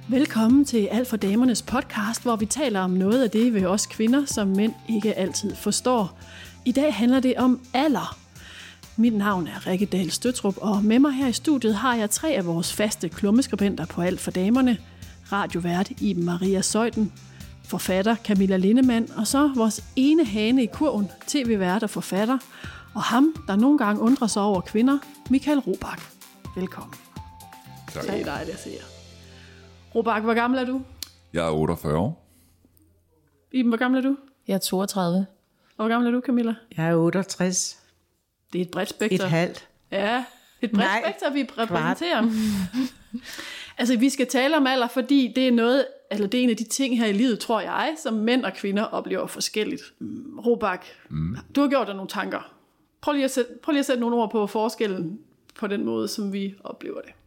Velkommen til Alt for Damernes podcast, hvor vi taler om noget af det ved os kvinder, som mænd ikke altid forstår. I dag handler det om alder. Mit navn er Rikke Dahl Støtrup, og med mig her i studiet har jeg 3 af vores faste klummeskribenter på Alt for Damerne. Radiovært Iben Maria Zeuthen, forfatter Camilla Lindemann, og så vores ene hane i kurven, tv-vært og forfatter, og ham, der nogle gange undrer sig over kvinder, Michael Robach. Velkommen. Tak. Det er dig, der siger. Robach, hvor gammel er du? Jeg er 48 år. Iben, hvor gammel er du? Jeg er 32. Og hvor gammel er du, Camilla? Jeg er 68. Det er et bredt spekter. Et halvt. Ja, et bredt spekter, vi repræsenterer. Altså, vi skal tale om alder, fordi det er noget, eller det er en af de ting her i livet, tror jeg, som mænd og kvinder oplever forskelligt. Robach, du har gjort dig nogle tanker. Prøv lige at sætte nogle ord på forskellen på den måde, som vi oplever det.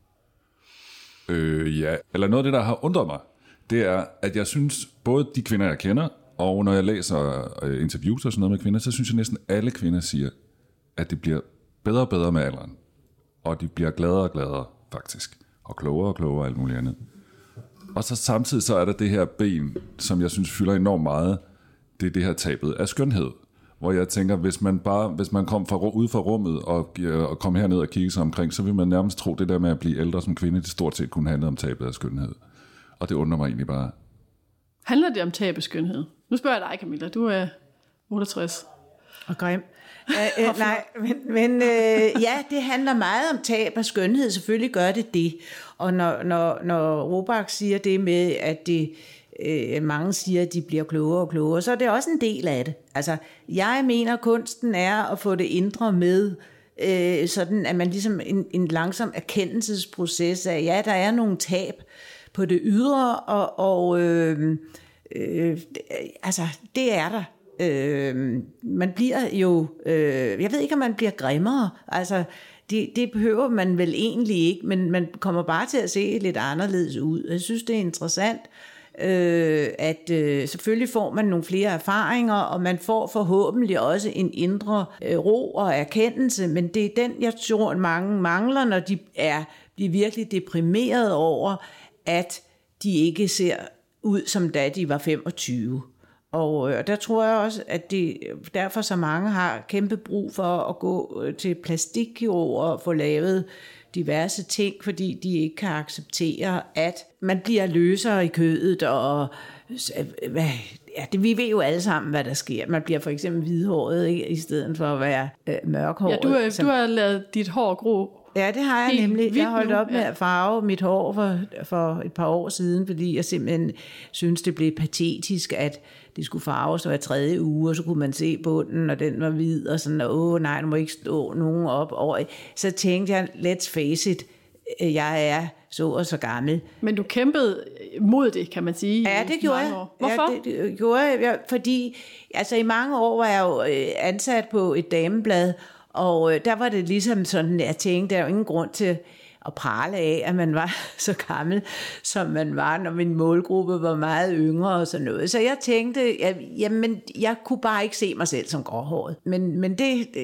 Ja, eller noget af det, der har undret mig, det er, at jeg synes, både de kvinder, jeg kender, og når jeg læser interviews og sådan noget med kvinder, så synes jeg næsten alle kvinder siger, at det bliver bedre og bedre med alderen. Og de bliver gladere og gladere, faktisk. Og klogere og alt muligt andet. Og så samtidig så er der det her ben, som jeg synes fylder enormt meget. Det er det her tabet af skønhed. Hvor jeg tænker, hvis man kom ud fra rummet og kom herned og kiggede sig omkring, så vil man nærmest tro, det der med at blive ældre som kvinde, det stort set kun handler om tabet af skønhed. Og det undrer mig egentlig bare. Handler det om tab af skønhed? Nu spørger jeg dig, Camilla. Du er 68. Og grim. Men ja, det handler meget om tab af skønhed. Selvfølgelig gør det. Og når Robach siger det med, at det... mange siger, at de bliver klogere og klogere, så er det også en del af det. Altså, jeg mener, kunsten er at få det indre med, sådan at man ligesom en langsom erkendelsesproces af, ja, der er nogle tab på det ydre, og altså, det er der. Man bliver jo, jeg ved ikke, om man bliver grimmere, altså, det behøver man vel egentlig ikke, men man kommer bare til at se lidt anderledes ud. Jeg synes, det er interessant, at selvfølgelig får man nogle flere erfaringer, og man får forhåbentlig også en indre ro og erkendelse, men det er den, jeg tror, mange mangler, når de bliver virkelig deprimeret over, at de ikke ser ud, som da de var 25. Og der tror jeg også, at derfor så mange har kæmpe brug for at gå til plastikkirurger og få lavet diverse ting, fordi de ikke kan acceptere, at man bliver løsere i kødet, og vi ved jo alle sammen, hvad der sker. Man bliver for eksempel hvidhåret, ikke, i stedet for at være mørkhåret. Ja, du har lavet dit hår grå. Ja, det har jeg nemlig. Jeg holdt op med at farve mit hår for et par år siden, fordi jeg simpelthen synes, det blev patetisk, at det skulle farves hver 3. uge, og så kunne man se bunden, og den var hvid, og sådan, nej, der må ikke stå nogen op over. Så tænkte jeg, let's face it, jeg er så og så gammel. Men du kæmpede mod det, kan man sige. Ja, det gjorde jeg. Hvorfor? Ja, det gjorde jeg, fordi altså, i mange år var jeg jo ansat på et dameblad, og der var det ligesom sådan, jeg tænkte, der er jo ingen grund til at prale af, at man var så gammel, som man var, når min målgruppe var meget yngre og sådan noget. Så jeg tænkte, jamen, jeg kunne bare ikke se mig selv som gråhåret. Men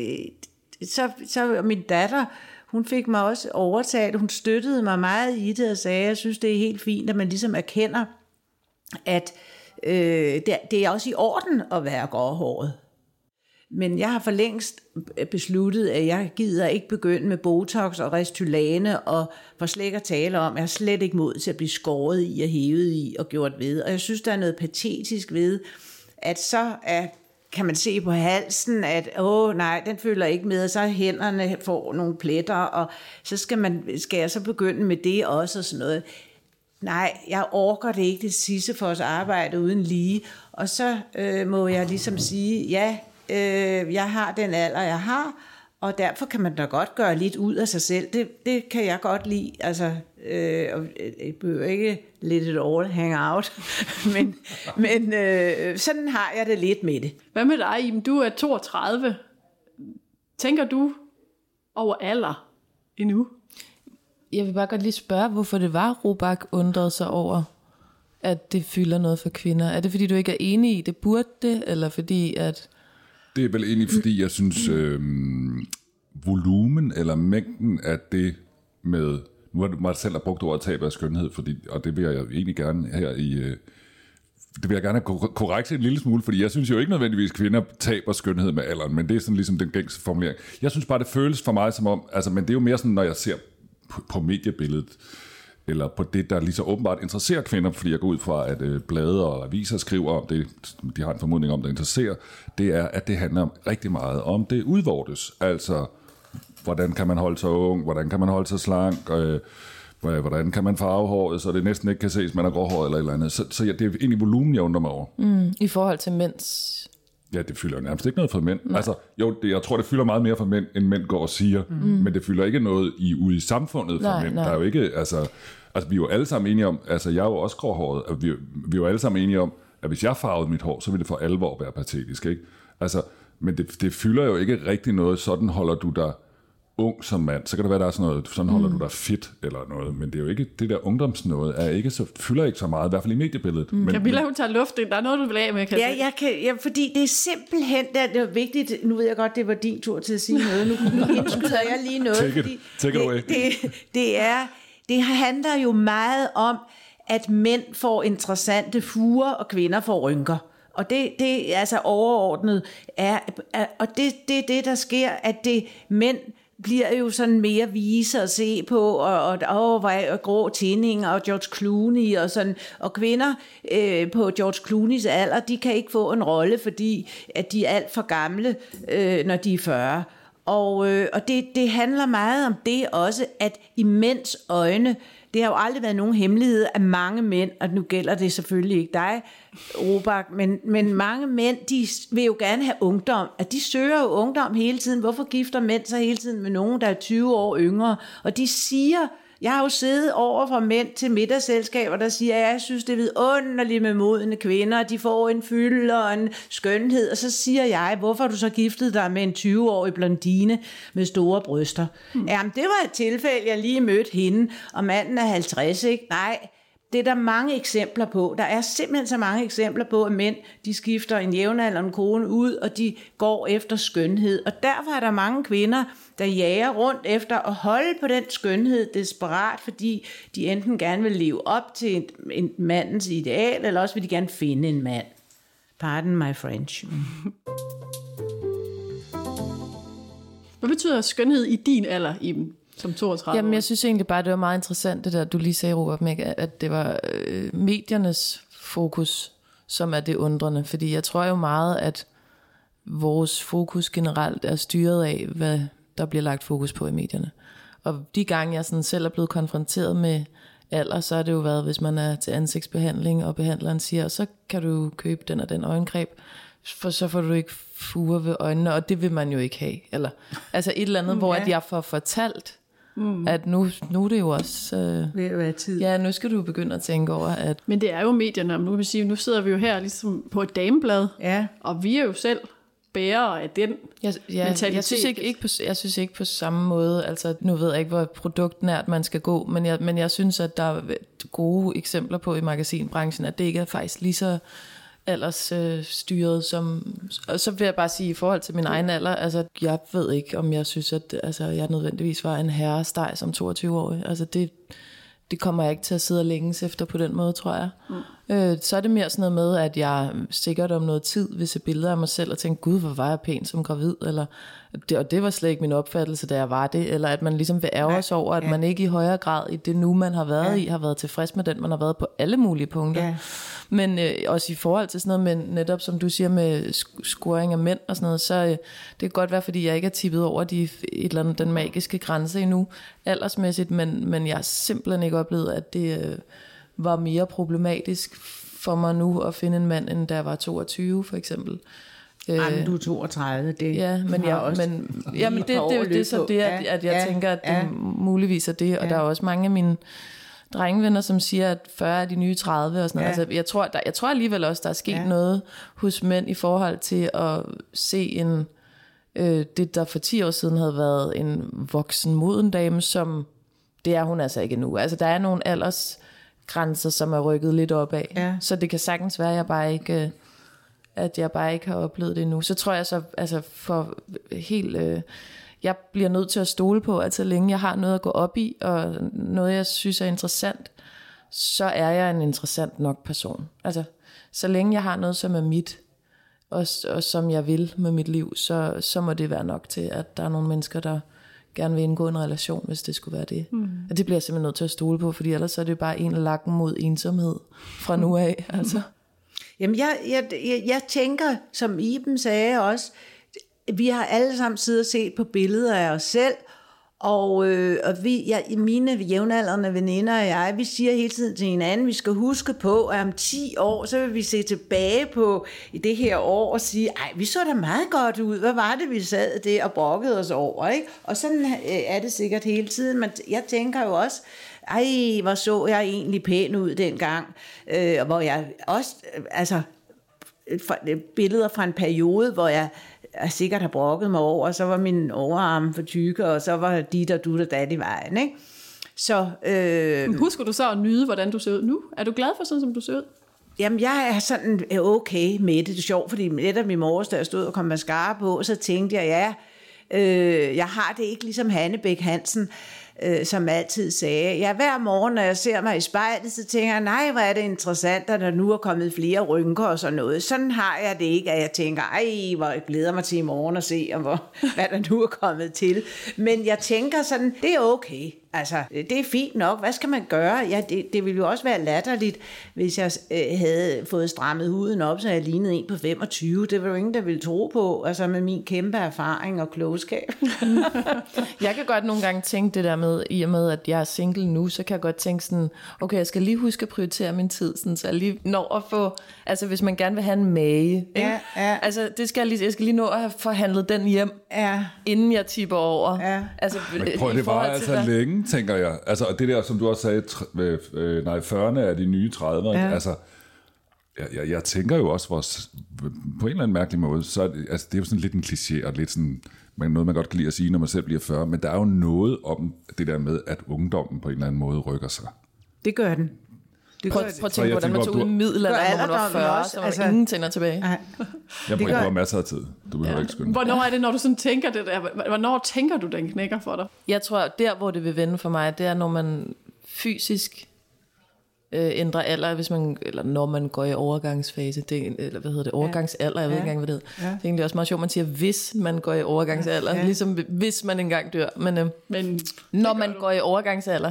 så min datter, hun fik mig også overtalt, hun støttede mig meget i det og sagde, jeg synes, det er helt fint, at man ligesom erkender, at det er også i orden at være gråhåret. Men jeg har for længst besluttet, at jeg gider ikke begynde med Botox og Restylane, og for slet ikke at tale om, jeg har slet ikke mod til at blive skåret i og hævet i og gjort ved. Og jeg synes, der er noget patetisk ved, at så kan man se på halsen, at nej, den følger ikke med, og så hænderne får nogle pletter, og så skal jeg så begynde med det også og sådan noget. Nej, jeg orker det ikke, det sidste for os arbejde uden lige. Og så må jeg ligesom sige, ja, jeg har den alder, jeg har, og derfor kan man da godt gøre lidt ud af sig selv. Det kan jeg godt lide. Altså, jeg behøver ikke lidt et all hang out, men sådan har jeg det lidt med det. Hvad med dig, Iben? Du er 32. Tænker du over alder endnu? Jeg vil bare godt lige spørge, hvorfor det var, Robach undrede sig over, at det fylder noget for kvinder. Er det, fordi du ikke er enig i, det burde det, eller fordi at... Det er vel egentlig, fordi jeg synes, volumen eller mængden af det med nu har du selv brugt ordet tab af skønhed, og det vil jeg egentlig gerne her det vil jeg gerne have korrekte en lille smule, fordi jeg synes jo ikke nødvendigvis, at kvinder taber skønhed med alderen, men det er sådan ligesom den gængse formulering. Jeg synes bare, det føles for mig som om, altså, men det er jo mere sådan, når jeg ser på mediebilledet, eller på det, der lige så åbenbart interesserer kvinder, fordi jeg går ud fra, at blade og aviser skriver om det, de har en formodning om, der interesserer, det er, at det handler rigtig meget om det udvortes. Altså, hvordan kan man holde sig ung, hvordan kan man holde sig slank, hvordan kan man farve håret, så det næsten ikke kan ses, man er gråhåret eller et eller andet. Så det er egentlig volumen, jeg undrer mig over. I forhold til mænds... Ja, det fylder jo nærmest ikke noget for mænd. Altså, jo, jeg tror, det fylder meget mere for mænd, end mænd går og siger. Men det fylder ikke noget ude i samfundet for mænd. Der er jo ikke, altså, vi er jo alle sammen enige om, altså jeg er jo også gråhåret, og vi er jo alle sammen enige om, at hvis jeg farvede mit hår, så ville det for alvor være patetisk, ikke? Altså, men det fylder jo ikke rigtig noget, sådan holder du dig ung som mand, så kan det være, der er sådan noget, sådan holder du dig fit eller noget, men det er jo ikke, det der ungdomsnåde er ikke så, fylder ikke så meget, i hvert fald i mediebilledet. Camilla, hun tager luft ind. Der er noget, du vil af med, fordi det er simpelthen, det er vigtigt, nu ved jeg godt, det var din tur til at sige noget, nu indskyder jeg lige noget, det handler jo meget om, at mænd får interessante furer, og kvinder får rynker. Og det altså overordnet er, og det der sker, at det mænd bliver jo sådan mere vise at se på, og grå tændinger, og George Clooney, og sådan, og kvinder på George Clooneys alder, de kan ikke få en rolle, fordi at de er alt for gamle, når de er 40. Og det handler meget om det også, at i mænds øjne, det har jo aldrig været nogen hemmelighed, at mange mænd, og nu gælder det selvfølgelig ikke dig, Robak, men mange mænd, de vil jo gerne have ungdom, at de søger jo ungdom hele tiden. Hvorfor gifter mænd sig hele tiden med nogen, der er 20 år yngre? Og de siger, jeg har jo siddet over for mænd til middagsselskaber, der siger, at jeg synes, det er vidunderligt med modne kvinder, de får en fylde og en skønhed, og så siger jeg, hvorfor har du så giftet dig med en 20-årig blondine med store bryster? Jamen, det var et tilfælde, jeg lige mødte hende, og manden er 50, ikke? Nej, det er der mange eksempler på. Der er simpelthen så mange eksempler på, at mænd, de skifter en jævnaldrende kone ud, og de går efter skønhed. Og derfor er der mange kvinder, der jager rundt efter at holde på den skønhed desperat, fordi de enten gerne vil leve op til en mandens ideal, eller også vil de gerne finde en mand. Pardon my French. Hvad betyder skønhed i din alder, Iben? Som 32 Jamen, jeg synes egentlig bare, det var meget interessant, det der, du lige sagde, Robert, med, at det var mediernes fokus, som er det undrende. Fordi jeg tror jo meget, at vores fokus generelt er styret af, hvad der bliver lagt fokus på i medierne. Og de gange, jeg sådan selv er blevet konfronteret med alder, så har det jo været, hvis man er til ansigtsbehandling, og behandleren siger, så kan du købe den og den øjengreb, for så får du ikke fuger ved øjnene, og det vil man jo ikke have. Eller, altså et eller andet, hvor at jeg får fortalt, at nu er det jo også... Ved at være tid. Ja, nu skal du begynde at tænke over, at... Men det er jo medierne, nu kan man sige, nu sidder vi jo her ligesom på et dameblad, og vi er jo selv bærere af den mentalitet. Jeg synes ikke på samme måde, altså nu ved jeg ikke, hvor produktnært man skal gå, men jeg synes, at der er gode eksempler på i magasinbranchen, at det ikke er faktisk lige så aldersstyret som... Og så vil jeg bare sige, i forhold til min egen alder, altså jeg ved ikke, om jeg synes, at jeg nødvendigvis var en herresteg som 22-årig. Altså det kommer jeg ikke til at sidde og længes efter på den måde, tror jeg. Så er det mere sådan noget med, at jeg sikkert om noget tid vil se billeder af mig selv og tænke, gud, hvor var jeg pæn som gravid, eller og det var slet ikke min opfattelse, da jeg var det, eller at man ligesom vil ærge sig over, at man ikke i højere grad i det nu, man har været i, har været tilfreds med den, man har været på alle mulige punkter. Men også i forhold til sådan noget med, netop som du siger, med scoring af mænd og sådan noget, så det kan godt være, fordi jeg ikke er tippet over et eller andet, den magiske grænse endnu, aldersmæssigt, men jeg har simpelthen ikke oplevet, at det var mere problematisk for mig nu at finde en mand, end da jeg var 22 for eksempel. Jamen, du er 32, det ja, men det er så det, at jeg tænker, at det muligvis er det, og der er også mange af mine drengevenner, som siger, at 40 er de nye 30 og sådan noget. Altså, jeg tror alligevel også, der er sket noget hos mænd i forhold til at se det, der for 10 år siden havde været en voksen moden dame, som det er hun altså ikke nu. Altså, der er nogle aldersgrænser, som er rykket lidt opad. Så det kan sagtens være, at jeg bare ikke har oplevet det endnu. Så tror jeg så, altså for helt... jeg bliver nødt til at stole på, at så længe jeg har noget at gå op i, og noget, jeg synes er interessant, så er jeg en interessant nok person. Altså, så længe jeg har noget, som er mit, og som jeg vil med mit liv, så må det være nok til, at der er nogle mennesker, der gerne vil indgå en relation, hvis det skulle være det. Og det bliver jeg simpelthen nødt til at stole på, fordi ellers er det bare en lakken mod ensomhed fra nu af. Altså. Jamen, jeg tænker, som Iben sagde også, vi har alle sammen siddet og set på billeder af os selv, og mine jævnaldrende veninder og jeg, vi siger hele tiden til hinanden, vi skal huske på, at om 10 år, så vil vi se tilbage på i det her år og sige, ej, vi så da meget godt ud, hvad var det, vi sad der og brokkede os over, ikke? Og sådan er det sikkert hele tiden, men jeg tænker jo også, ej, hvor så jeg egentlig pæn ud dengang, hvor jeg også, altså, billeder fra en periode, hvor jeg sikkert har brokket mig over, og så var min overarm for tykke, og så var dit og dut og dat i vejen, ikke? Så, husker du så at nyde, hvordan du ser ud nu? Er du glad for sådan, som du ser ud? Jamen, jeg er sådan okay med det. Det er sjovt, fordi netop i morges, da jeg stod og kom mascara på, så tænkte jeg, jeg har det ikke ligesom Hanne Bech Hansen, som altid sagde. Ja, hver morgen, når jeg ser mig i spejlet, så tænker jeg, nej, hvor er det interessant, at der nu er kommet flere rynker og sådan noget. Sådan har jeg det ikke, at jeg tænker, ej, hvor jeg glæder mig til i morgen at se, hvad der nu er kommet til. Men jeg tænker sådan, det er okay. Altså, det er fint nok. Hvad skal man gøre? Ja, det ville jo også være latterligt, hvis jeg havde fået strammet huden op, så jeg lignede en på 25. Det var jo ingen, der ville tro på, altså med min kæmpe erfaring og klogskab. Jeg kan godt nogle gange tænke det der med, i og med, at jeg er single nu, så kan jeg godt tænke sådan, okay, jeg skal lige huske at prioritere min tid, sådan, så jeg lige når at få, altså hvis man gerne vil have en mage, ja. Altså jeg skal lige nå at have forhandlet den hjem, inden jeg tipper over. Ja. Altså, prøv, det var altså længe, tænker jeg. Altså, og det der, som du også sagde, 40'erne er de nye 30'erne. Ja. Altså, jeg tænker jo også, på en eller anden mærkelig måde, så altså, det er jo sådan lidt en kliché, og lidt sådan, noget man godt kan lide at sige, når man selv bliver 40, men der er jo noget om det der med, at ungdommen på en eller anden måde rykker sig. Det gør den. Prøv at tænke, hvordan man tog ud i middelalderen, når man var 40, så var der ingen tænder tilbage. Jeg bruger masser af tid. Du behøver ikke skynde. Hvornår er det, når du sådan tænker det der? Hvornår tænker du, den knækker for dig? Jeg tror, der hvor det vil vende for mig, det er, når man fysisk ændrer alder, eller når man går i overgangsfase, eller hvad hedder det, overgangsalder, jeg ved ikke engang, hvad det hedder. Ja. Det er egentlig også meget sjovt, man siger, hvis man går i overgangsalder, ligesom hvis man engang dør. Men når man går i overgangsalder,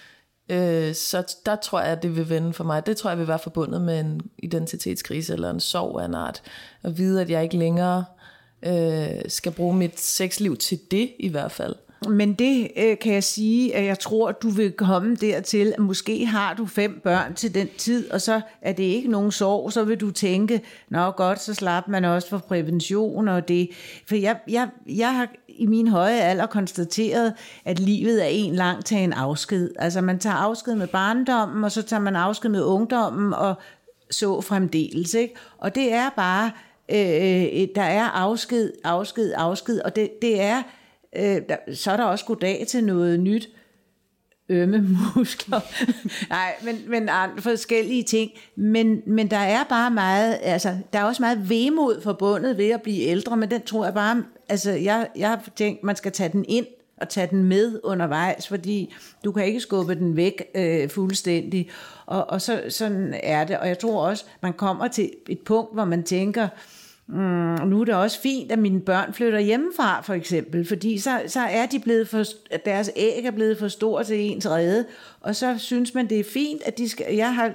så der tror jeg, at det vil vende for mig. Det tror jeg vil være forbundet med en identitetskrise eller en sorg af en art. At vide, at jeg ikke længere skal bruge mit sexliv til det i hvert fald. Men det kan jeg sige, at jeg tror, at du vil komme dertil, at måske har du 5 børn til den tid, og så er det ikke nogen sorg, så vil du tænke, nå godt, så slap man også for prævention og det. For jeg har i min høje alder konstateret, at livet er en lang tagen afsked. Altså man tager afsked med barndommen, og så tager man afsked med ungdommen, og så fremdeles, ikke? Og det er bare, der er afsked, og det er, så er der også goddag til noget nyt, ømme muskler, nej, men forskellige ting, men der er bare meget, altså der er også meget vemod forbundet ved at blive ældre, men den tror jeg bare, altså jeg har tænkt, man skal tage den ind og tage den med undervejs, fordi du kan ikke skubbe den væk fuldstændig, og sådan er det, og jeg tror også, man kommer til et punkt, hvor man tænker, nu er det også fint, at mine børn flytter hjemmefra, for eksempel, fordi så er de blevet deres æg er blevet for store til ens rede, og så synes man, det er fint, at de skal. Jeg har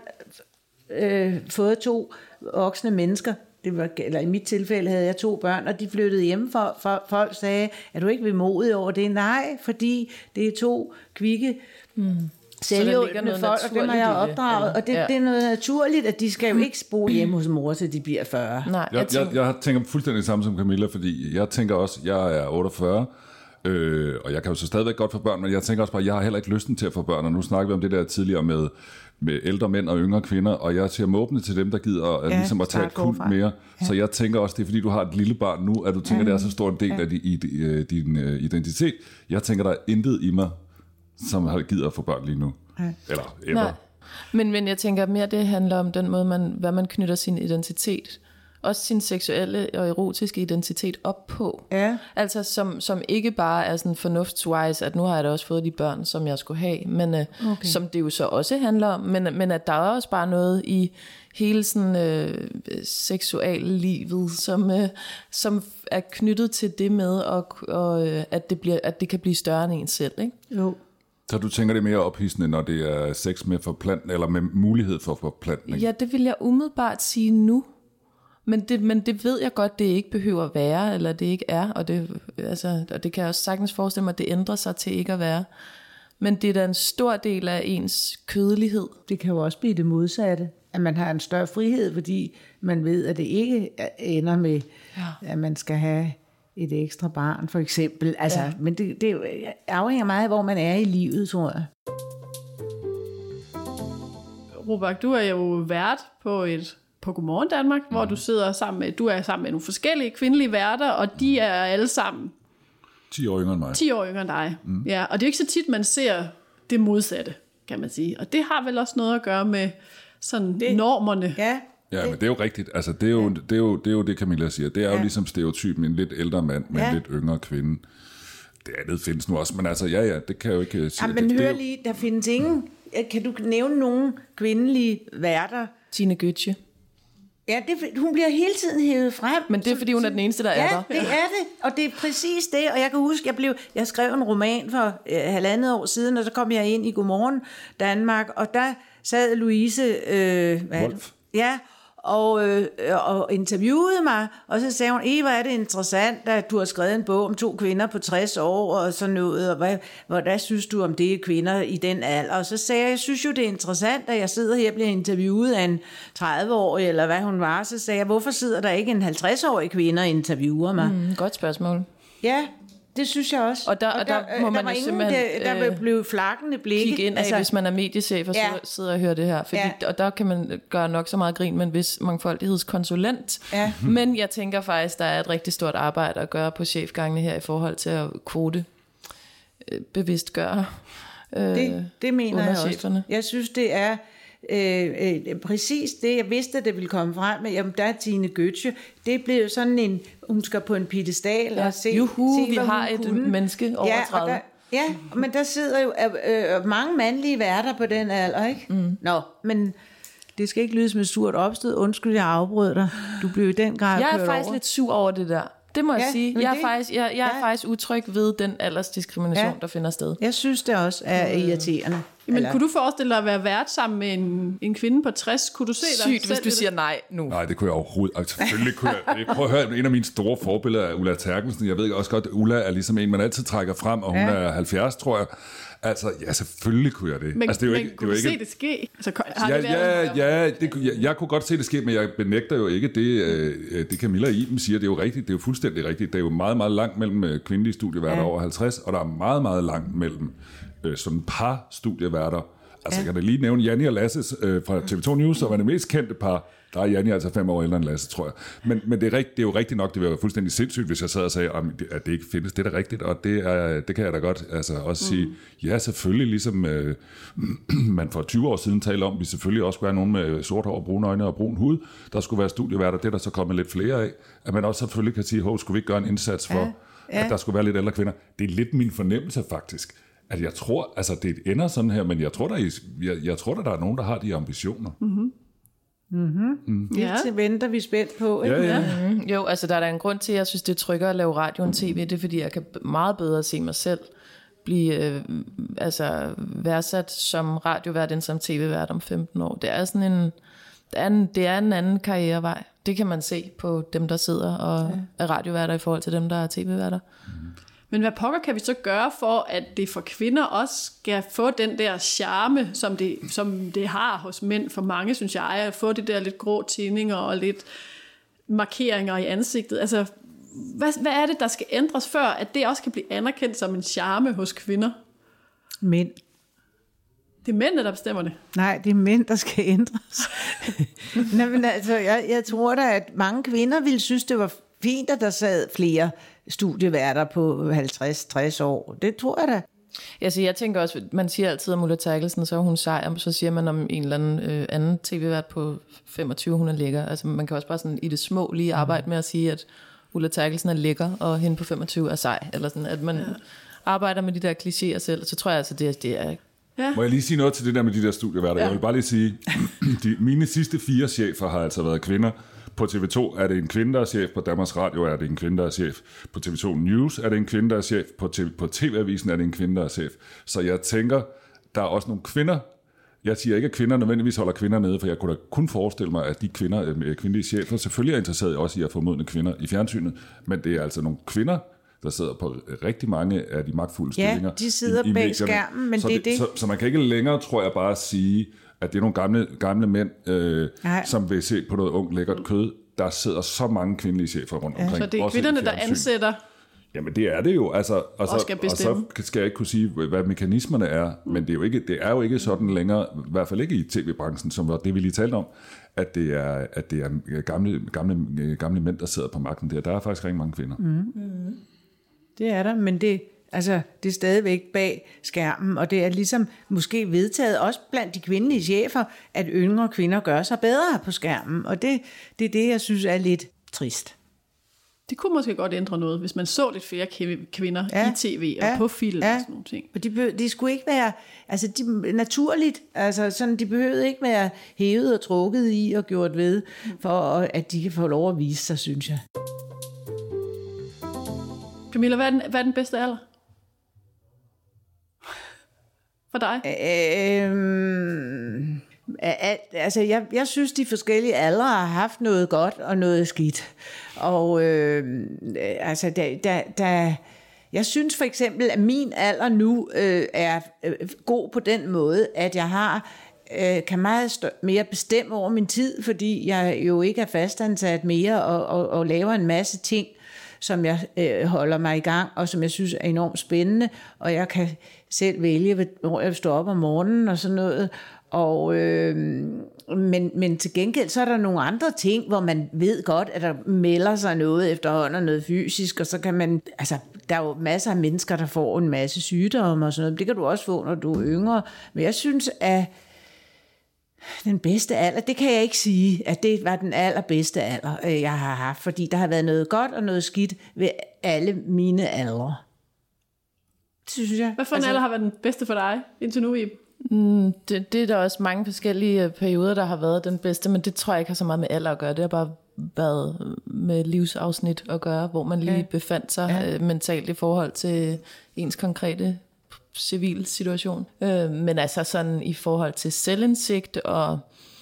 fået 2 voksne mennesker, eller i mit tilfælde havde jeg 2 børn, og de flyttede hjemmefra, for folk sagde, er du ikke vemodig over det? Nej, fordi det er 2 kvikke selvhjulpende folk, og dem har jeg opdraget, og det er noget naturligt, at de skal jo ikke bo hjemme hos mor, til de bliver 40. Nej, jeg tænker fuldstændig samme som Camilla, fordi jeg tænker også, jeg er 48, og jeg kan jo så stadigvæk godt få børn, men jeg tænker også bare, jeg har heller ikke lysten til at få børn, og nu snakker vi om det der tidligere med ældre mænd og yngre kvinder, og jeg ser måbende til dem, der gider ligesom at tage et kuld mere. Så jeg tænker også, det er fordi, du har et lille barn nu, at du tænker, det er så stor en del af din identitet. Jeg tænker, der er intet i mig, som har givet at få børn lige nu. Eller ever. Men jeg tænker mere, det handler om den måde, hvad man knytter sin identitet også sin seksuelle og erotiske identitet op på. Ja. Altså som ikke bare er sådan fornuftswise, at nu har jeg da også fået de børn, som jeg skulle have, men som det jo så også handler om, men at der er også bare noget i hele sådan seksuallivet, som er knyttet til det med, at det kan blive større end en selv, ikke? Jo. Så du tænker det mere ophidsende, når det er sex med forplantning, eller med mulighed for forplantning? Ja, det vil jeg umiddelbart sige nu. Men det ved jeg godt, det ikke behøver at være, eller det ikke er, og det kan jeg også sagtens forestille mig, at det ændrer sig til ikke at være. Men det er da en stor del af ens kødelighed. Det kan jo også blive det modsatte, at man har en større frihed, fordi man ved, at det ikke ender med, at man skal have et ekstra barn, for eksempel. Altså, men det afhænger meget af, hvor man er i livet, tror jeg. Robert, du er jo vært på Godmorgen Danmark, hvor du sidder sammen med nogle forskellige kvindelige værter, og de er alle sammen 10 år yngre end mig. 10 år yngre end dig. Ja, og det er jo ikke så tit, man ser det modsatte, kan man sige. Og det har vel også noget at gøre med sådan normerne. Ja, men det er jo rigtigt. Altså, det er jo det, Camilla siger. Det er jo ligesom stereotypen, en lidt ældre mand med en lidt yngre kvinde. Det andet findes nu også, men altså, det kan jeg jo ikke sige. Ja, men hør lige, der findes ingen... Kan du nævne nogle kvindelige værter? Tine Gøtje. Ja, hun bliver hele tiden hævet frem. Men det er, fordi hun er den eneste, der er der. Ja, det er det. Og det er præcis det. Og jeg kan huske, jeg skrev en roman for 1,5 år siden, og så kom jeg ind i Godmorgen Danmark, og der sad Louise Wolf. Ja, og interviewede mig, og så sagde hun, hvor er det interessant, at du har skrevet en bog om 2 kvinder på 60 år, og sådan noget, og hvad synes du om det, kvinder i den alder? Og så sagde jeg synes jo, det er interessant, at jeg sidder her og bliver interviewet af en 30-årig, eller hvad hun var. Så sagde jeg, hvorfor sidder der ikke en 50-årig kvinde og interviewer mig? Godt spørgsmål. Ja, det synes jeg også. Og der må man jo simpelthen der vil blive flakkende blikke. Kigge ind af, hvis man er mediechef og sidder og hører det her. Og der kan man gøre nok så meget grin med en vis mangfoldighedskonsulent. Ja. Men jeg tænker faktisk, der er et rigtig stort arbejde at gøre på chefgangene her i forhold til at kvote bevidstgøre det mener jeg også. Cheferne. Jeg synes, det er præcis det, jeg vidste, at det ville komme frem med. Jamen, der er Tine Gøtje. Det blev sådan en, hun skal på en piedestal og se, vi har et menneske over 30. Ja, men der sidder jo mange mandlige værter på den alder, ikke? Nå, men det skal ikke lyde som et surt opstød. Undskyld, jeg afbrød dig. Du blev i den grad Jeg er kørt faktisk over. lidt sur over det der. Det må jeg sige. Jeg er faktisk utryg ved den aldersdiskrimination, der finder sted. Jeg synes, det også er irriterende. Men kunne du forestille dig at være vært sammen med en kvinde på 60? Kunne du se dig Sygt, hvis du siger nej nu. Nej, det kunne jeg overhovedet. Altså, selvfølgelig kunne jeg. Prøv at høre, en af mine store forbilleder er Ulla Terkelsen. Jeg ved også godt, at Ulla er ligesom en, man altid trækker frem, og hun er 70, tror jeg. Altså, ja, selvfølgelig kunne jeg det. Men, altså, det er jo ikke, kunne det er du ikke... se det ske? Altså, jeg kunne godt se det ske, men jeg benægter jo ikke det Camilla Iben siger. Det er jo rigtigt, det er jo fuldstændig rigtigt. Det er jo meget, meget langt mellem kvindelige studieværter over 50, og der er meget, meget langt mellem sådan par studieværter. Altså, jeg kan da lige nævne Janni og Lasse fra TV2 News, som er det mest kendte par. Der er Janni altså 5 år ældre end Lasse, tror jeg. Men det er jo rigtigt nok, det ville være fuldstændig sindssygt, hvis jeg sad og sagde, at det ikke findes. Det er da rigtigt, og det kan jeg da godt også sige. Ja, selvfølgelig, ligesom man for 20 år siden talte om, vi selvfølgelig også skulle have nogen med sort hår, brune øjne og brun hud. Der skulle være studieværter, det er der så kommet lidt flere af. At man også selvfølgelig kan sige, skulle vi ikke gøre en indsats for, at der skulle være lidt ældre kvinder. Det er lidt min fornemmelse faktisk. At jeg tror, altså det ender sådan her, men jeg tror, der er nogen, der har de ambitioner. Det venter vi spændt på. Ikke? Ja. Jo, altså der er en grund til, at jeg synes, det er tryggere at lave radio end tv. Det er, fordi jeg kan meget bedre se mig selv blive værdsat som radiovært end som tv-vært om 15 år. Det er sådan det er en anden karrierevej. Det kan man se på dem, der sidder og er radioværter i forhold til dem, der er tv-værter. Men hvad pokker kan vi så gøre for, at det for kvinder også skal få den der charme, som det har hos mænd for mange, synes jeg, at få det der lidt grå tinninger og lidt markeringer i ansigtet. Altså, hvad er det, der skal ændres før, at det også kan blive anerkendt som en charme hos kvinder? Mænd. Det er mændene, der bestemmer det. Nej, det er mænd, der skal ændres. Nå, men altså, jeg tror da, at mange kvinder ville synes, det var fint, at der sad flere studieværter på 50-60 år. Det tror jeg da. Altså, jeg tænker også, man siger altid om Ulla Terkelsen, så er hun sej, og så siger man om en eller anden tv-vært på 25, hun er lækker. Altså, man kan også bare sådan i det små lige arbejde med at sige, at Ulla Terkelsen er lækker, og hende på 25 er sej. Eller sådan, at man arbejder med de der klichéer selv, så tror jeg altså, det er... Ja. Må jeg lige sige noget til det der med de der studieværter? Ja. Jeg vil bare lige sige, mine sidste 4 chefer har altså været kvinder. På TV2 er det en kvinde, der er chef. På Danmarks Radio er det en kvinde, der er chef. På TV2 News er det en kvinde, der er chef. På TV-avisen er det en kvinde, der er chef. Så jeg tænker, der er også nogle kvinder. Jeg siger ikke, at kvinder nødvendigvis holder kvinder nede, for jeg kunne da kun forestille mig, at de kvindelige chefer selvfølgelig er interesseret også i at få modne kvinder i fjernsynet. Men det er altså nogle kvinder, der sidder på rigtig mange af de magtfulde stillinger. Ja, de sidder bag skærmen, men så det er det. Så man kan ikke længere, tror jeg, bare sige, at det er nogle gamle mænd, som vil se på noget ungt, lækkert kød. Der sidder så mange kvindelige chefer rundt omkring. Så det er kvinderne, der ansætter? Jamen det er det jo. Altså, og så skal jeg ikke kunne sige, hvad mekanismerne er, men det er jo ikke sådan længere, i hvert fald ikke i tv-branchen, som var det, vi lige talte om, at det er gamle mænd, der sidder på magten der. Der er faktisk rigtig mange kvinder. Det er der, men det er stadigvæk bag skærmen, og det er ligesom måske vedtaget også blandt de kvindelige chefer, at yngre kvinder gør sig bedre på skærmen, og det er det, jeg synes er lidt trist. Det kunne måske godt ændre noget, hvis man så lidt flere kvinder i tv og på film og sådan nogle ting. Og de skulle ikke være, altså naturligt, altså sådan, de behøvede ikke være hævet og trukket i og gjort ved, for at de kan få lov at vise sig, synes jeg. Camilla, hvad er den bedste alder? For dig? Altså, jeg synes, de forskellige aldre har haft noget godt og noget skidt. Og altså, jeg synes for eksempel, at min alder nu er god på den måde, at jeg kan meget mere bestemme over min tid, fordi jeg jo ikke er fastansat mere og laver en masse ting, som jeg holder mig i gang, og som jeg synes er enormt spændende, og jeg kan selv vælge, hvor jeg vil stå op om morgenen og sådan noget. Og, men til gengæld så er der nogle andre ting, hvor man ved godt, at der melder sig noget efterhånden, noget fysisk, og så kan man, altså der er jo masser af mennesker, der får en masse sygdomme og sådan noget, det kan du også få, når du er yngre, men jeg synes, at den bedste alder, det kan jeg ikke sige, at det var den allerbedste alder, jeg har haft, fordi der har været noget godt og noget skidt ved alle mine aldre. Det synes jeg. Hvad for en alder har været den bedste for dig indtil nu, Iben? Det er der også mange forskellige perioder, der har været den bedste, men det tror jeg ikke har så meget med alder at gøre. Det har bare været med livsafsnit at gøre, hvor man lige befandt sig mentalt i forhold til ens konkrete civil situation. Men altså sådan i forhold til selvindsigt og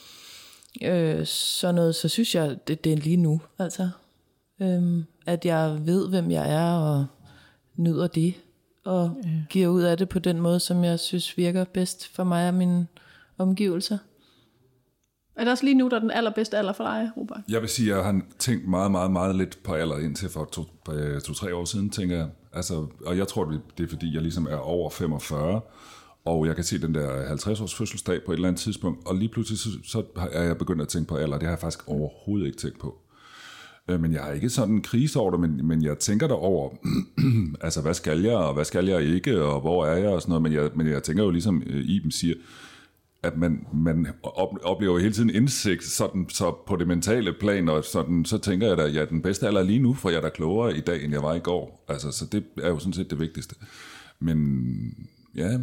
sådan noget, så synes jeg, det er lige nu. Altså, at jeg ved, hvem jeg er og nyder det. Og giver ud af det på den måde, som jeg synes virker bedst for mig og mine omgivelser. Er det også lige nu, der er den allerbedste alder for dig, Robert? Jeg vil sige, at jeg har tænkt meget, meget, meget lidt på alder indtil for 2-3 år siden, tænker jeg. Altså, og jeg tror, det er fordi, jeg ligesom er over 45, og jeg kan se den der 50-års fødselsdag på et eller andet tidspunkt, og lige pludselig så er jeg begyndt at tænke på alder. Det har jeg faktisk overhovedet ikke tænkt på. Men jeg har ikke sådan en krise over det, men jeg tænker derover, altså hvad skal jeg, og hvad skal jeg ikke, og hvor er jeg, og sådan noget, men jeg tænker jo ligesom Iben siger, at man oplever hele tiden indsigt, sådan, så på det mentale plan, og sådan, så tænker jeg da, ja, den bedste alder lige nu, for jeg er da klogere i dag, end jeg var i går, altså, så det er jo sådan set det vigtigste, men ja.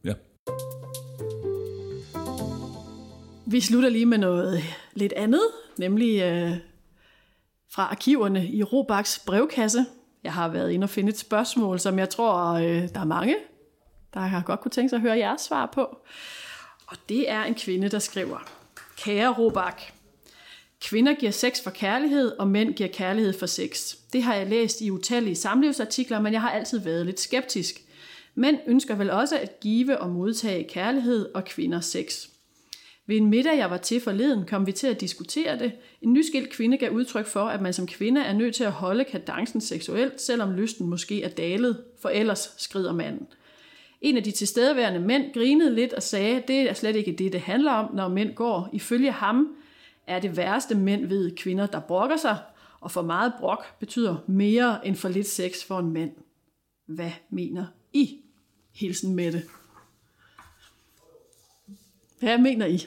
Vi slutter lige med noget lidt andet, nemlig fra arkiverne i Robaks brevkasse. Jeg har været inde og finde et spørgsmål, som jeg tror, der er mange, der har godt kunne tænke sig at høre jeres svar på. Og det er en kvinde, der skriver: Kære Robak, kvinder giver sex for kærlighed, og mænd giver kærlighed for sex. Det har jeg læst i utallige samlivsartikler, men jeg har altid været lidt skeptisk. Mænd ønsker vel også at give og modtage kærlighed og kvinder sex. Ved en middag, jeg var til forleden, kom vi til at diskutere det. En nyskilt kvinde gav udtryk for, at man som kvinde er nødt til at holde kadencen seksuelt, selvom lysten måske er dalet, for ellers skrider manden. En af de tilstedeværende mænd grinede lidt og sagde, at det er slet ikke det handler om, når mænd går. Ifølge ham er det værste mænd ved kvinder, der brokker sig, og for meget brok betyder mere end for lidt sex for en mand. Hvad mener I? Hilsen Mette. Hvad mener I?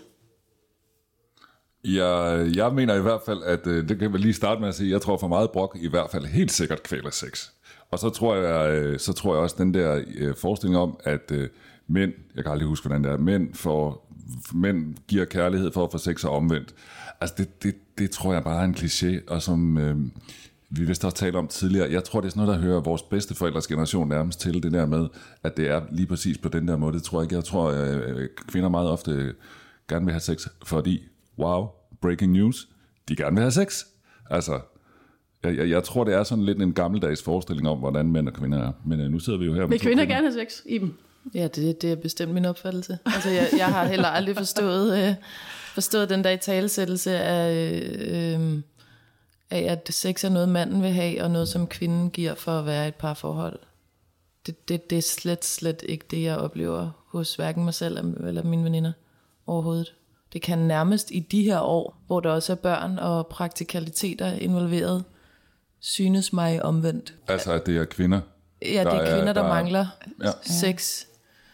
Jeg mener i hvert fald, at det kan vi lige starte med at sige, jeg tror for meget brok i hvert fald helt sikkert kvæler sex. Og så tror jeg også den der forestilling om, at mænd, jeg kan aldrig huske, hvordan det er, mænd giver kærlighed for at få sex og omvendt. Altså det tror jeg bare er en kliché, og som vi vist også talte om tidligere, jeg tror det er sådan noget, der hører vores bedsteforældres generation nærmest til, det der med, at det er lige præcis på den der måde. Det tror jeg ikke. Jeg tror, kvinder meget ofte gerne vil have sex, fordi, wow, breaking news, de gerne vil have sex. Altså, jeg tror, det er sådan lidt en gammeldags forestilling om, hvordan mænd og kvinder er. Men nu sidder vi jo her. Vil kvinder gerne have sex, Iben? Ja, det er bestemt min opfattelse. Altså, jeg har heller aldrig forstået den der italesættelse af, at sex er noget, manden vil have, og noget, som kvinden giver for at være i et parforhold. Det er slet ikke det, jeg oplever hos hverken mig selv eller mine veninder overhovedet. Det kan nærmest i de her år, hvor der også er børn og praktikaliteter involveret, synes mig omvendt. Altså, at det er kvinder? Ja, det er kvinder, der mangler sex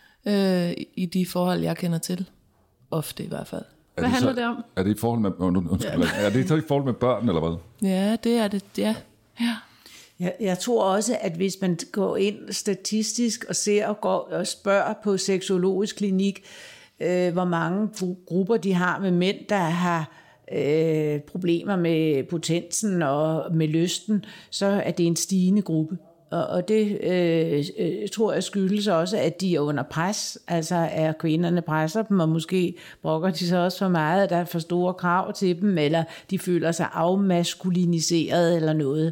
i de forhold, jeg kender til. Ofte i hvert fald. Hvad handler det om? Er det i forhold med, er det i forhold med børn, eller hvad? Ja, det er det, ja. Jeg tror også, at hvis man går ind statistisk og ser og går og spørger på seksologisk klinik, hvor mange grupper de har med mænd, der har problemer med potensen og med lysten, så er det en stigende gruppe. Og det tror jeg skyldes også, at de er under pres, altså at kvinderne presser dem, og måske brokker de så også for meget, at der er for store krav til dem, eller de føler sig afmaskuliniseret eller noget.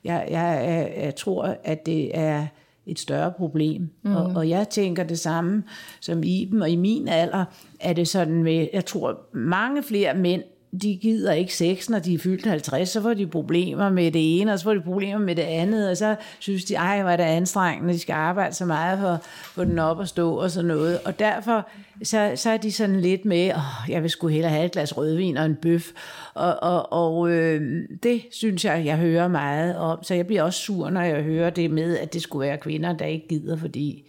Jeg tror, at det er et større problem. Og jeg tænker det samme som Iben, og i min alder er det sådan med, jeg tror mange flere mænd, de gider ikke sex, når de er fyldt 50, så får de problemer med det ene, og så får de problemer med det andet, og så synes de, ej, hvor er det anstrengende, de skal arbejde så meget for at få den op og stå og sådan noget. Og derfor så er de sådan lidt med, jeg vil sgu hellere have et glas rødvin og en bøf. Og det synes jeg hører meget om. Så jeg bliver også sur, når jeg hører det med, at det skulle være kvinder, der ikke gider, fordi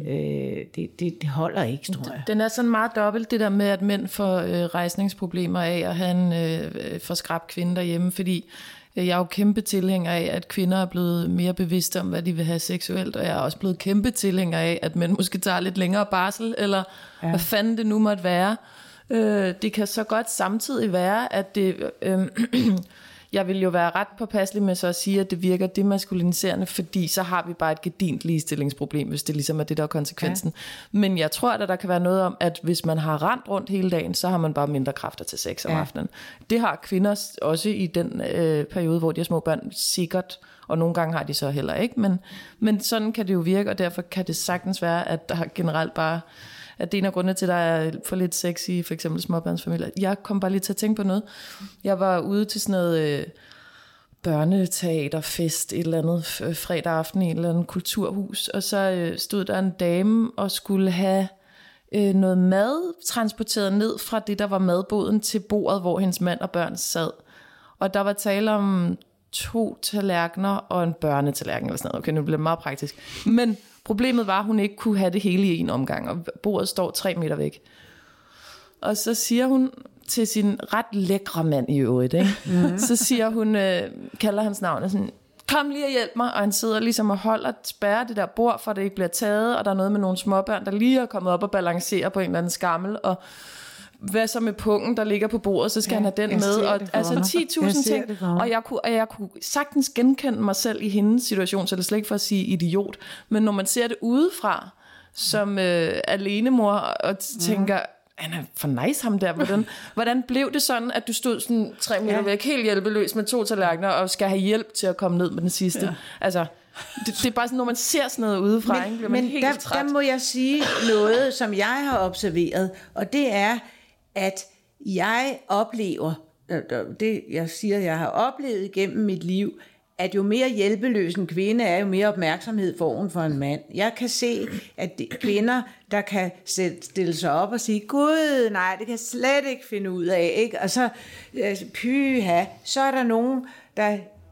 det holder ikke, tror jeg. Den er sådan meget dobbelt, det der med, at mænd får rejsningsproblemer af at have en for skrab kvinde derhjemme, fordi jeg er jo kæmpe tilhænger af, at kvinder er blevet mere bevidste om, hvad de vil have seksuelt, og jeg er også blevet kæmpe tilhænger af, at mænd måske tager lidt længere barsel, eller hvad fanden det nu måtte være. Det kan så godt samtidig være, at det... Jeg vil jo være ret påpasselig med så at sige, at det virker demaskuliniserende, fordi så har vi bare et gedint ligestillingsproblem, hvis det ligesom er det, der er konsekvensen. Ja. Men jeg tror, at der kan være noget om, at hvis man har rendt rundt hele dagen, så har man bare mindre kræfter til sex om aftenen. Det har kvinder også i den periode, hvor de har små børn, sikkert, og nogle gange har de så heller ikke, men sådan kan det jo virke, og derfor kan det sagtens være, at der generelt bare... at det er en af grundene til, at der er for lidt sex i for eksempel småbørnsfamilier. Jeg kom bare lige til at tænke på noget. Jeg var ude til sådan noget børneteaterfest et eller andet fredag aften i et eller andet kulturhus, og så stod der en dame og skulle have noget mad transporteret ned fra det, der var madboden til bordet, hvor hendes mand og børn sad. Og der var tale om 2 tallerkener og en børnetallerken eller sådan noget. Okay, nu bliver det meget praktisk. Men problemet var, at hun ikke kunne have det hele i en omgang, og bordet står 3 meter væk. Og så siger hun til sin ret lækre mand i øvrigt, ikke? Mm-hmm. Så siger hun, kalder hans navn, og sådan, kom lige og hjælp mig, og han sidder ligesom og holder, spærrer det der bord, for at det ikke bliver taget, og der er noget med nogle småbørn, der lige er kommet op og balancerer på en eller anden skammel, og hvad så med pungen, der ligger på bordet, så skal han have den med, og altså 10.000 ting, og jeg kunne sagtens genkende mig selv i hendes situation, så det er slet ikke for at sige idiot, men når man ser det udefra, som alenemor, og tænker, han er for nice ham der, hvordan blev det sådan, at du stod sådan 3 minutter væk, helt hjælpeløs med 2 tallerkener, og skal have hjælp til at komme ned med den sidste, altså... Det er bare sådan, når man ser sådan noget udefra, ikke, bliver man helt træt. Der må jeg sige noget, som jeg har observeret, og det er, at jeg oplever, det jeg siger, jeg har oplevet gennem mit liv, at jo mere hjælpeløs en kvinde er, jo mere opmærksomhed får hun for en mand. Jeg kan se, at kvinder, der kan stille sig op og sige, gud, nej, det kan jeg slet ikke finde ud af, ikke? Og så, pyha, så er der nogen, der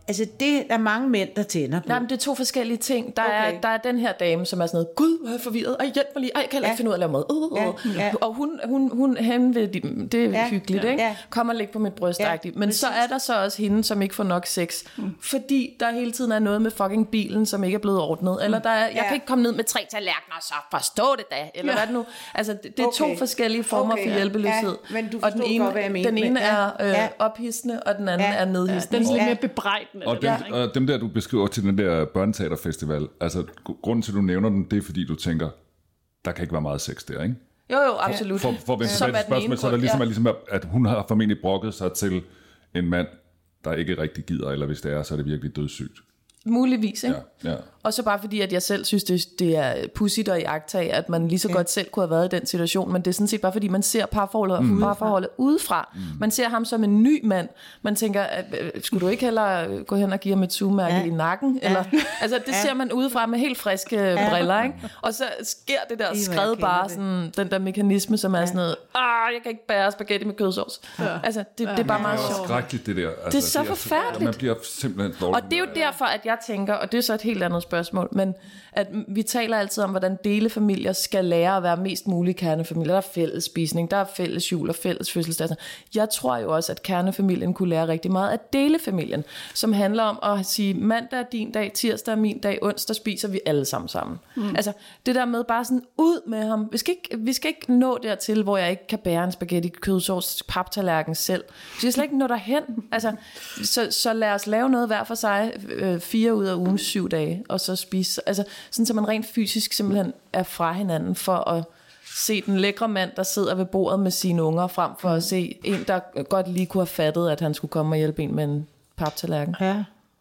Altså, det er mange mænd, der tænder på. Nej, men det er 2 forskellige ting. Der er den her dame, som er sådan noget, gud, hvor er jeg forvirret, hjælp mig lige, jeg kan heller ikke finde ud af at lave mad. Og hun vil, det er hyggeligt, ikke? Ja. Kommer og ligge på mit bryst, men så er der så også hende, som ikke får nok sex, fordi der hele tiden er noget med fucking bilen, som ikke er blevet ordnet, eller der er, jeg kan ikke komme ned med 3 tallerkener, så forstå det da, eller hvad det nu. Altså, det er 2 forskellige former for hjælpeløshed. Men du forstår godt, hvad jeg mener. Den ene er ophidsende, og den anden er nedhidsende. Den er lidt mere bebrejdende. Og dem der, du beskriver til den der børneteaterfestival, altså grunden til, at du nævner den, det er, fordi du tænker, der kan ikke være meget sex der, ikke? Jo, absolut. For hvem spørgsmål, så er der ligesom, at hun har formentlig brokket sig til en mand, der ikke rigtig gider, eller hvis det er, så er det virkelig dødssygt. Muligvis, ikke? Ja. Og så bare fordi, at jeg selv synes, det er pudsigt at iagttage, at man lige så godt selv kunne have været i den situation, men det er sådan set bare fordi, man ser parforholdet udefra. Man ser ham som en ny mand. Man tænker, skulle du ikke hellere gå hen og give ham et sugemærke i nakken? Eller, altså, det ser man udefra med helt friske briller, ikke? Og så sker det der skred bare, sådan, den der mekanisme, som er sådan noget, jeg kan ikke bære spaghetti med kødsovs. Altså, det er bare meget sjovt. Det er skrækkeligt, det der. Altså, det er så forfærdeligt. Man bliver simpelthen dårlig. Og det er jo derfor, at jeg tænker, og det er så et helt andet spørgsmål, men at vi taler altid om, hvordan delefamilier skal lære at være mest mulige kernefamilier. Der er fælles spisning, der er fælles jul og fælles fødselsdag. Jeg tror jo også, at kernefamilien kunne lære rigtig meget af delefamilien, som handler om at sige, mandag er din dag, tirsdag er min dag, onsdag spiser vi alle sammen. Altså det der med bare sådan, ud med ham. Vi skal ikke nå dertil, hvor jeg ikke kan bære en spaghetti kødsovs paptallerken selv. Vi skal slet ikke nå derhen. Altså, så lad os lave noget hver for sig 4 ud af ugens 7 dage, og så spise. Altså, sådan så man rent fysisk simpelthen er fra hinanden, for at se den lækre mand, der sidder ved bordet med sine unger, frem for at se en, der godt lige kunne have fattet, at han skulle komme og hjælpe en med en paptallerken. Ja.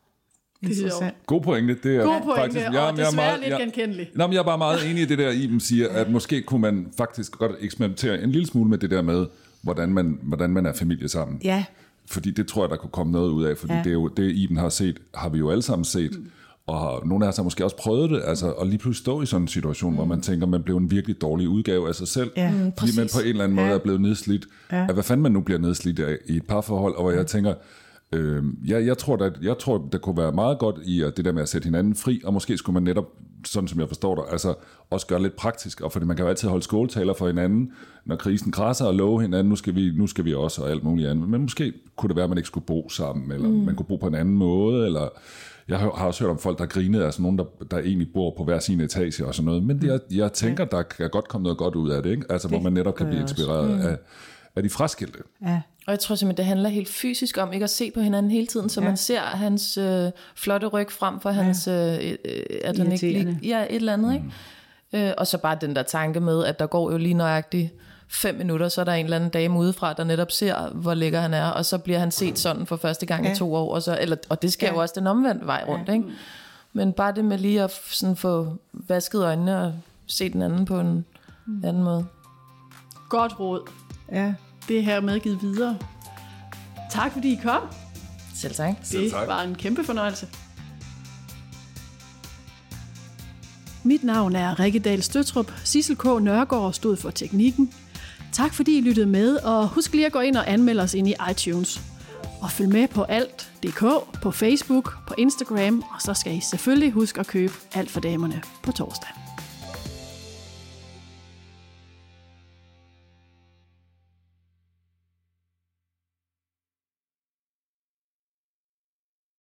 God pointe. Det er God pointe, faktisk, og desværre lidt genkendelig. Jeg er bare meget enig i det der, Iben siger, at måske kunne man faktisk godt eksperimentere en lille smule med det der med, hvordan man er familie sammen. Ja. Fordi det tror jeg, der kunne komme noget ud af, fordi det er jo det, Iben har set, har vi jo alle sammen set. Og nogle af os har måske også prøvet det, altså at lige pludselig stå i sådan en situation, hvor man tænker, man blev en virkelig dårlig udgave af sig selv, fordi man på en eller anden måde er blevet nedslidt af, hvad fanden man nu bliver nedslidt af i et parforhold, og hvor jeg tænker, jeg tror, der kunne være meget godt i at det der med at sætte hinanden fri, og måske skulle man netop, sådan som jeg forstår dig, altså også gøre lidt praktisk, og fordi man kan jo altid holde skåltaler for hinanden, når krisen krasser, og love hinanden, nu skal vi også, og alt muligt andet, men måske kunne det være, at man ikke skulle bo sammen, eller man kunne bo på en anden måde, eller jeg har også hørt om folk, der grinede, altså nogen, der egentlig bor på hver sin etage og sådan noget, men jeg tænker, der kan godt komme noget godt ud af det, ikke? Altså hvor man netop kan blive inspireret af de fraskilte. Ja. Og jeg tror simpelthen, det handler helt fysisk om ikke at se på hinanden hele tiden, så man ser hans flotte ryg frem for hans at han ikke et eller andet, ikke? Og så bare den der tanke med, at der går jo lige nøjagtigt 5 minutter, så er der en eller anden dame udefra, der netop ser, hvor lækker han er, og så bliver han set sådan for første gang i 2 år, og det sker jo også den omvendte vej rundt, ikke? Men bare det med lige at sådan få vasket øjnene og se den anden på en anden måde. Godt råd. Ja. Det er her medgivet videre. Tak fordi I kom. Selv tak. Det var en kæmpe fornøjelse. Mit navn er Rikke Dahl Støtrup. Sissel K. Nørgaard stod for teknikken. Tak fordi I lyttede med, og husk lige at gå ind og anmelde os ind i iTunes. Og følg med på alt.dk, på Facebook, på Instagram, og så skal I selvfølgelig huske at købe Alt for Damerne på torsdag.